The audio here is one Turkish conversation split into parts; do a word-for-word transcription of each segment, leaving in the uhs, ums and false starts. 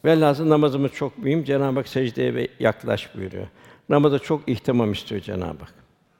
Velhâsıl namazımız çok mühim. Cenab-ı Hak secdeye ve yaklaş buyuruyor. Namaza çok ihtimam istiyor Cenab-ı Hak.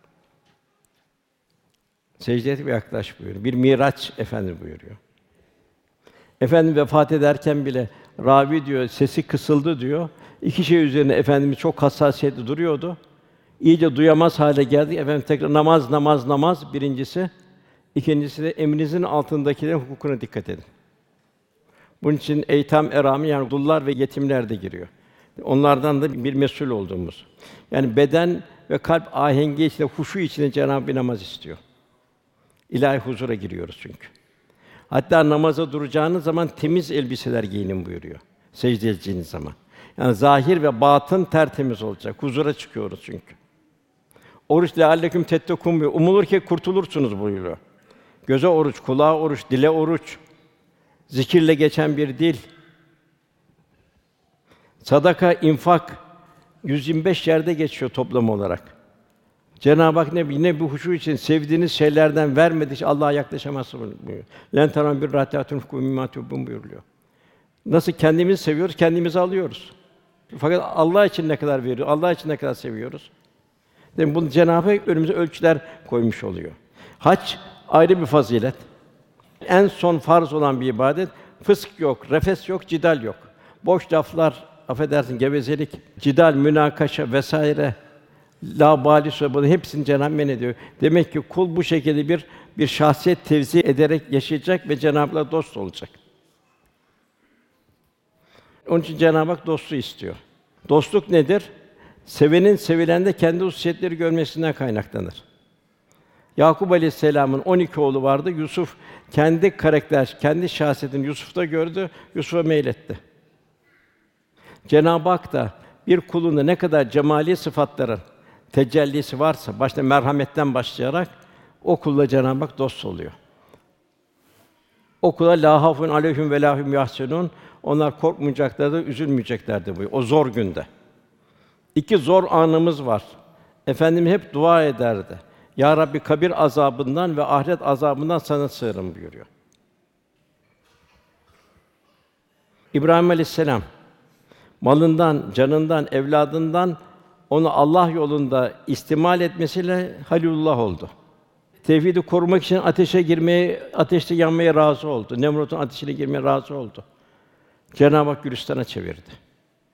Secdeye ve yaklaş buyuruyor. Bir miraç Efendimiz buyuruyor. Efendimiz vefat ederken bile ravi diyor, sesi kısıldı diyor. İki şey üzerine Efendimiz çok hassasiyetli duruyordu. İyice duyamaz hale geldi. Efendim tekrar namaz, namaz, namaz birincisi. İkincisi de emrinizin altındakilerin hukukuna dikkat edin. Bunun için eytam erami yani dullar ve yetimler de giriyor. Onlardan da bir mesul olduğumuz. Yani beden ve kalp ahengi içinde, huşu içinde Cenab-ı bir namaz istiyor. İlahi huzura giriyoruz çünkü. Hatta namaza duracağınız zaman temiz elbiseler giyinin buyuruyor. Secde edeceğiniz zaman. Yani zahir ve batın tertemiz olacak. Huzura çıkıyoruz çünkü. Oruç lealleküm tettekûn buyuruyor. Umulur ki kurtulursunuz buyuruyor. Göze oruç, kulağa oruç, dile oruç, zikirle geçen bir dil. Sadaka, infak yüz yirmi beş yerde geçiyor toplam olarak. Cenab-ı Hak ne yine bu huşu için sevdiğiniz şeylerden vermedikçe Allah'a yaklaşamazsınız buyuruyor. Len taran bir rahatiyatun hukum mimmatubun buyuruyor. Nasıl kendimizi seviyoruz, kendimizi alıyoruz. Fakat Allah için ne kadar veriyor, Allah için ne kadar seviyoruz? Demek bunu Cenab-ı Hak önümüze ölçüler koymuş oluyor. Hac ayrı bir fazilet. En son farz olan bir ibadet. Fısk yok, refes yok, cidal yok. Boş laflar, affedersin gevezelik, cidal, münakaşa vesaire, labali söz bunu hepsini Cenab-ı Hak men ediyor. Demek ki kul bu şekilde bir bir şahsiyet tevzi ederek yaşayacak ve Cenab-ı Hak'la dost olacak. Onun için Cenab-ı Hak dostluğu istiyor. Dostluk nedir? Sevenin sevilende kendi hususiyetleri görmesinden kaynaklanır. Yakup Aleyhisselam'ın on iki oğlu vardı. Yusuf kendi karakter, kendi şahsiyetini Yusuf'ta gördü, Yusuf'a meyletti. Cenab-ı Hak da bir kulunda ne kadar cemali sıfatların tecellisi varsa, başta merhametten başlayarak o kulla Cenab-ı Hak dost oluyor. O kula lâ hafun aleyhim ve lâ hum yahsenûn. Onlar korkmayacaklardı, üzülmeyeceklerdi bu o zor günde. İki zor anımız var. Efendimiz hep dua ederdi. Ya Rabbi kabir azabından ve ahiret azabından sana sığınırım buyuruyor. İbrahim Aleyhisselam malından, canından, evladından onu Allah yolunda istimal etmesiyle Halilullah oldu. Tevhidi korumak için ateşe girmeye, ateşte yanmaya razı oldu. Nemrut'un ateşine girmeye razı oldu. Cenab-ı Hak Gülistan'a çevirdi.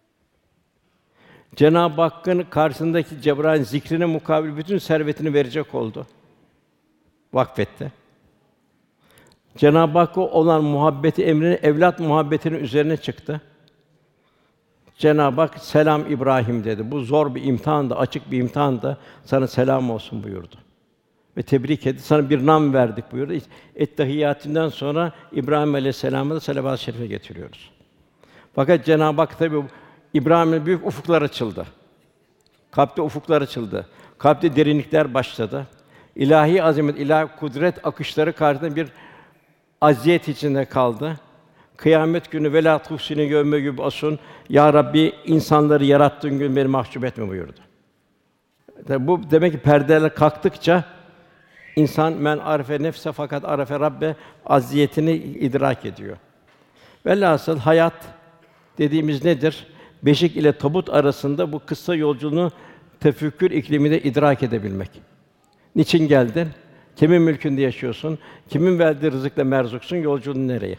Cenab-ı Hakk'ın karşısındaki Cebrail zikrine mukabil bütün servetini verecek oldu. Vakfetti. Cenab-ı Hakk'a olan muhabbeti emrine evlat muhabbetinin üzerine çıktı. Cenab-ı Hak selam İbrahim dedi. Bu zor bir imtihandı, açık bir imtihandı. Sana selam olsun buyurdu. Ve tebrik etti. Sana bir nam verdik buyurdu. Ettehiyyatından sonra İbrahim Aleyhisselam'a da salavat-ı şerife getiriyoruz. Fakat Cenab-ı Hak tabii İbrahim'e büyük ufuklar açıldı. Kalpte ufuklar açıldı. Kalpte derinlikler başladı. İlahi azamet, ilahi kudret akışları karşısında bir aziyet içinde kaldı. Kıyamet günü velâ tuhsini yevme yub'asun. Ya Rabbi insanları yarattığın gün beni mahcup etme buyurdu. Tabi bu demek ki perdeler kalktıkça insan men arife nefse fakat arife Rabbe aziyetini idrak ediyor. Velhasıl hayat dediğimiz nedir? Beşik ile tabut arasında bu kısa yolculuğunu tefekkür ikliminde idrak edebilmek. Niçin geldin? Kimin mülkünde yaşıyorsun? Kimin verdiği rızıkla merzuksun? Yolculuğun nereye?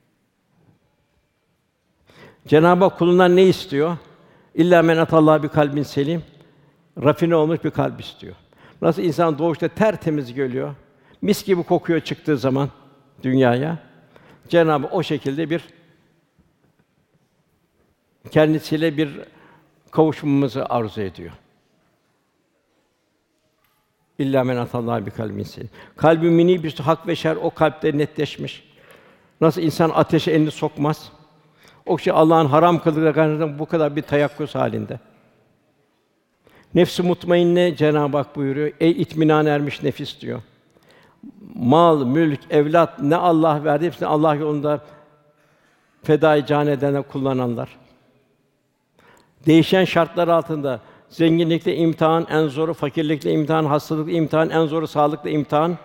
Cenab-ı Hak kulundan ne istiyor? İlla men atallaha bi kalbin selim. Rafine olmuş bir kalp istiyor. Nasıl insan doğuşta tertemiz geliyor, mis gibi kokuyor çıktığı zaman dünyaya. Cenab-ı Hak o şekilde bir kendisiyle bir kavuşmamızı arzu ediyor. İlla men atallaha bi kalbin selim. Kalbü minîb hak ve şer o kalpte netleşmiş. Nasıl insan ateşe elini sokmaz? O kişi Allah'ın haram kıldığı karşısında bu kadar bir teyakkuz halinde. Nefs-i mutmainne Cenab-ı Hak buyuruyor. Ey itminan ermiş nefis diyor. Mal, mülk, evlat ne Allah verdi hepsini Allah yolunda feda-i can edenler, kullananlar. Değişen şartlar altında zenginlikle imtihan en zoru, fakirlikle imtihan, hastalıkla imtihan en zoru, sağlıkla imtihan.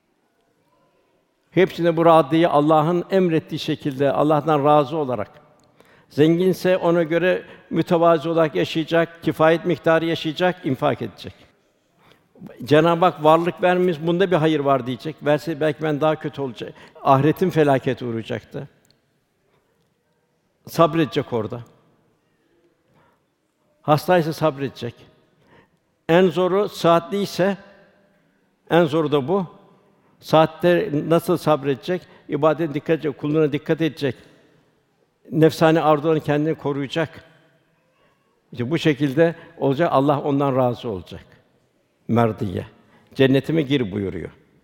Hepsinde bu raddeyi Allah'ın emrettiği şekilde Allah'tan razı olarak Zenginse ona göre mütevazı olarak yaşayacak, kifayet miktarı yaşayacak, infak edecek. Cenab-ı Hak varlık vermiş, bunda bir hayır var diyecek. Verse belki ben daha kötü olacak. Ahiretim felakete uğrayacaktı. Sabredecek orada. Hastaysa sabredecek. En zoru saatliyse, en zoru da bu. Saatte nasıl sabredecek? İbadete dikkat edecek, kulluğuna dikkat edecek. Nefsani arzularını kendini koruyacak. İşte bu şekilde olacak, Allah ondan razı olacak. Merdiye. Cennetime gir buyuruyor.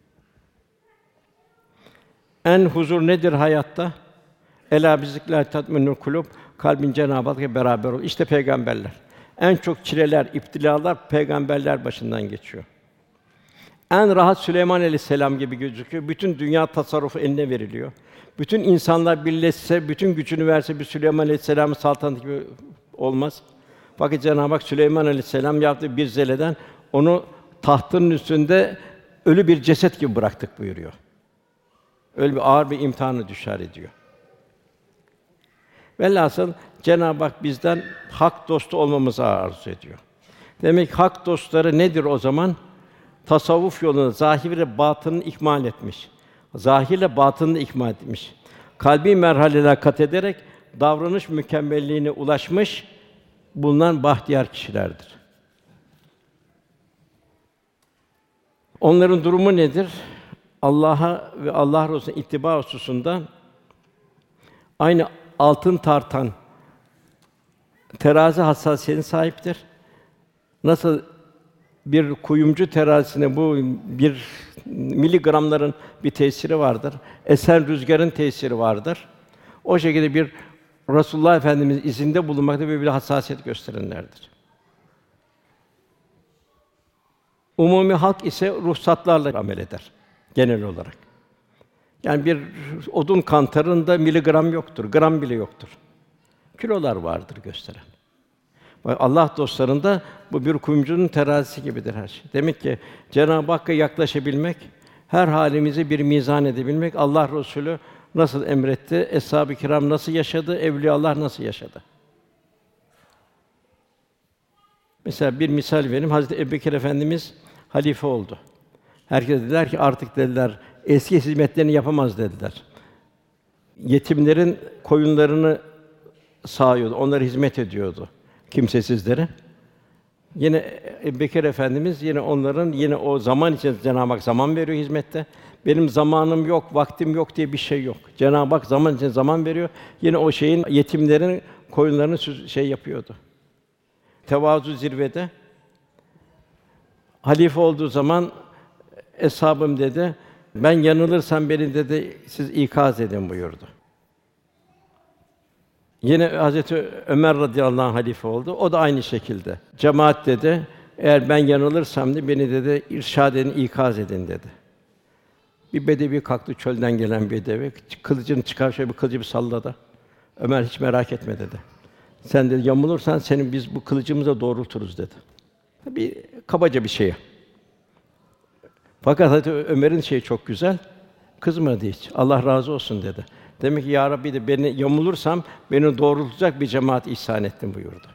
En huzur nedir hayatta? Ela bizikler tatminul kulub. Kalbin Cenab-ı Hak'la beraber ol. İşte peygamberler. En çok çileler, iptilalar peygamberler başından geçiyor. En rahat Süleyman Aleyhisselam gibi gözüküyor. Bütün dünya tasarrufu eline veriliyor. Bütün insanlar birleşse, bütün gücünü verse bir Süleyman Aleyhisselam'ın saltanatı gibi olmaz. Fakat Cenab-ı Hak Süleyman Aleyhisselam yaptığı bir zeleden onu tahtının üstünde ölü bir ceset gibi bıraktık buyuruyor. Öyle bir ağır bir imtihanı düşer ediyor. Velhasıl Cenab-ı Hak bizden hak dostu olmamızı arzu ediyor. Demek ki hak dostları nedir o zaman? Tasavvuf yolunu zahirle batını ikmal etmiş. Zahirle batını ikmal etmiş. Kalbi merhaleler kat ederek davranış mükemmelliğine ulaşmış bulunan bahtiyar kişilerdir. Onların durumu nedir? Allah'a ve Allah Resulüne ittiba hususunda aynı altın tartan terazi hassasiyetine sahiptir. Nasıl bir kuyumcu terazisine bu bir miligramların bir tesiri vardır. Esen rüzgarın tesiri vardır. O şekilde bir Resulullah Efendimiz izinde bulunmakta böyle bir hassasiyet gösterenlerdir. Umumi halk ise ruhsatlarla amel eder genel olarak. Yani bir odun kantarında miligram yoktur, gram bile yoktur. Kilolar vardır gösteren. Allah dostlarında bu bir kuyumcunun terazisi gibidir her şey. Demek ki Cenab-ı Hakk'a yaklaşabilmek, her halimizi bir mizan edebilmek, Allah Resulü nasıl emretti, eshab-ı kiram nasıl yaşadı, evliyalar nasıl yaşadı? Mesela bir misal vereyim. Hazreti Ebubekir Efendimiz halife oldu. Herkes dediler ki artık dediler eski hizmetlerini yapamaz dediler. Yetimlerin koyunlarını sağıyordu, onlara hizmet ediyordu kimsesizlere. Yine Ebubekir Efendimiz yine onların yine o zaman için Cenab-ı Hak zaman veriyor hizmette. Benim zamanım yok, vaktim yok diye bir şey yok. Cenab-ı Hak zaman için zaman veriyor. Yine o şeyin yetimlerin koyunlarını şey yapıyordu. Tevazu zirvede. Halife olduğu zaman eshabım dedi, ben yanılırsam beni dedi siz ikaz edin buyurdu. Yine Hazreti Ömer radıyallahu anh halife oldu. O da aynı şekilde. Cemaat dedi, eğer ben yanılırsam dedi beni dedi irşad edin, ikaz edin dedi. Bir bedevi kalktı, çölden gelen bir bedevi, kılıcını çıkar şöyle bir kılıcı bir salladı. Ömer hiç merak etme dedi. Sen dedi yamulursan senin biz bu kılıcımızla doğrulturuz dedi. Bir kabaca bir şey. Fakat Hazreti Ömer'in şeyi çok güzel. Kızmadı hiç. Allah razı olsun dedi. Demek ki ya Rabbi de beni yamulursam beni doğrultacak bir cemaat ihsan ettin buyurdu.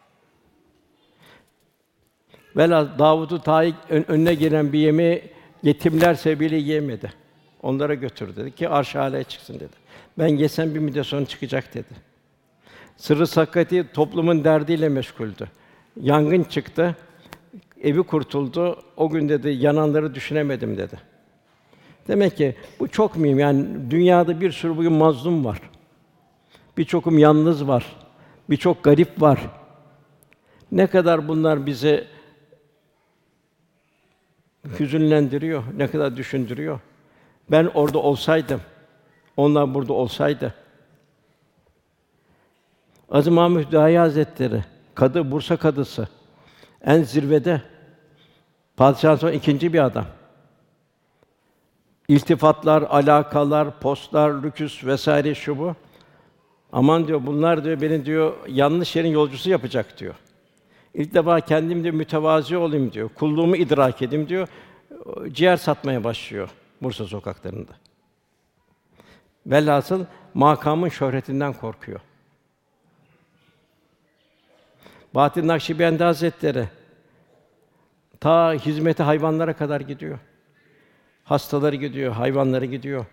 Velhâsıl Davud-u Tayi önüne gelen bir yemeği yetimler sebebiyle yiyemedi. Onlara götür dedi ki arş-ı âlâya çıksın dedi. Ben yesem bir müddet sonra çıkacak dedi. Sırrı Sakati toplumun derdiyle meşguldü. Yangın çıktı. Evi kurtuldu. O gün dedi yananları düşünemedim dedi. Demek ki bu çok mühim. Yani dünyada bir sürü bugün mazlum var. Birçokum yalnız var. Birçok garip var. Ne kadar bunlar bizi hüzünlendiriyor, ne kadar düşündürüyor. Ben orada olsaydım, onlar burada olsaydı. Aziz Mahmud Hüdayi Hazretleri, kadı Bursa kadısı, en zirvede, padişahtan sonra ikinci bir adam. İltifatlar, alakalar, postlar, lüküs vesaire şu bu. Aman diyor bunlar diyor beni diyor yanlış yerin yolcusu yapacak diyor. İlk defa kendim de mütevazi olayım diyor. Kulluğumu idrak edeyim diyor. Ciğer satmaya başlıyor Bursa sokaklarında. Velhasıl makamın şöhretinden korkuyor. Bahattin Nakşibendi Hazretleri ta hizmeti hayvanlara kadar gidiyor. Hastaları gidiyor, hayvanları gidiyor.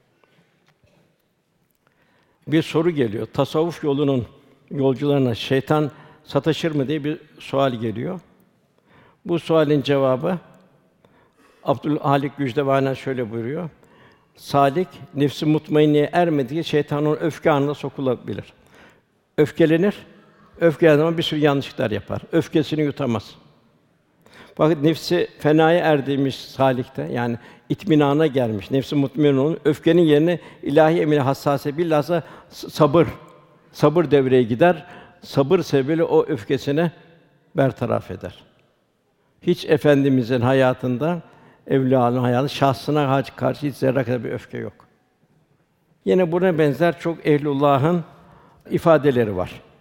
Bir soru geliyor. Tasavvuf yolunun yolcularına şeytan sataşır mı diye bir sual geliyor. Bu sualin cevabı Abdülhalik Gücdevani şöyle buyuruyor. Salik nefs-i mutmainneye ermediği şeytanın öfke anına sokulabilir. Öfkelenir. Öfkelendiği zaman bir sürü yanlışlıklar yapar. Öfkesini yutamaz. Fakat nefsi fenaya erdiğimiz salikte yani itminana gelmiş, nefsi mutmain olan öfkenin yerine ilahi emri hassase bilhassa sabır sabır devreye gider. Sabır sebebiyle o öfkesini bertaraf eder. Hiç efendimizin hayatında evliyanın hayatı şahsına karşı hiç zerre kadar bir öfke yok. Yine buna benzer çok ehlullah'ın ifadeleri var.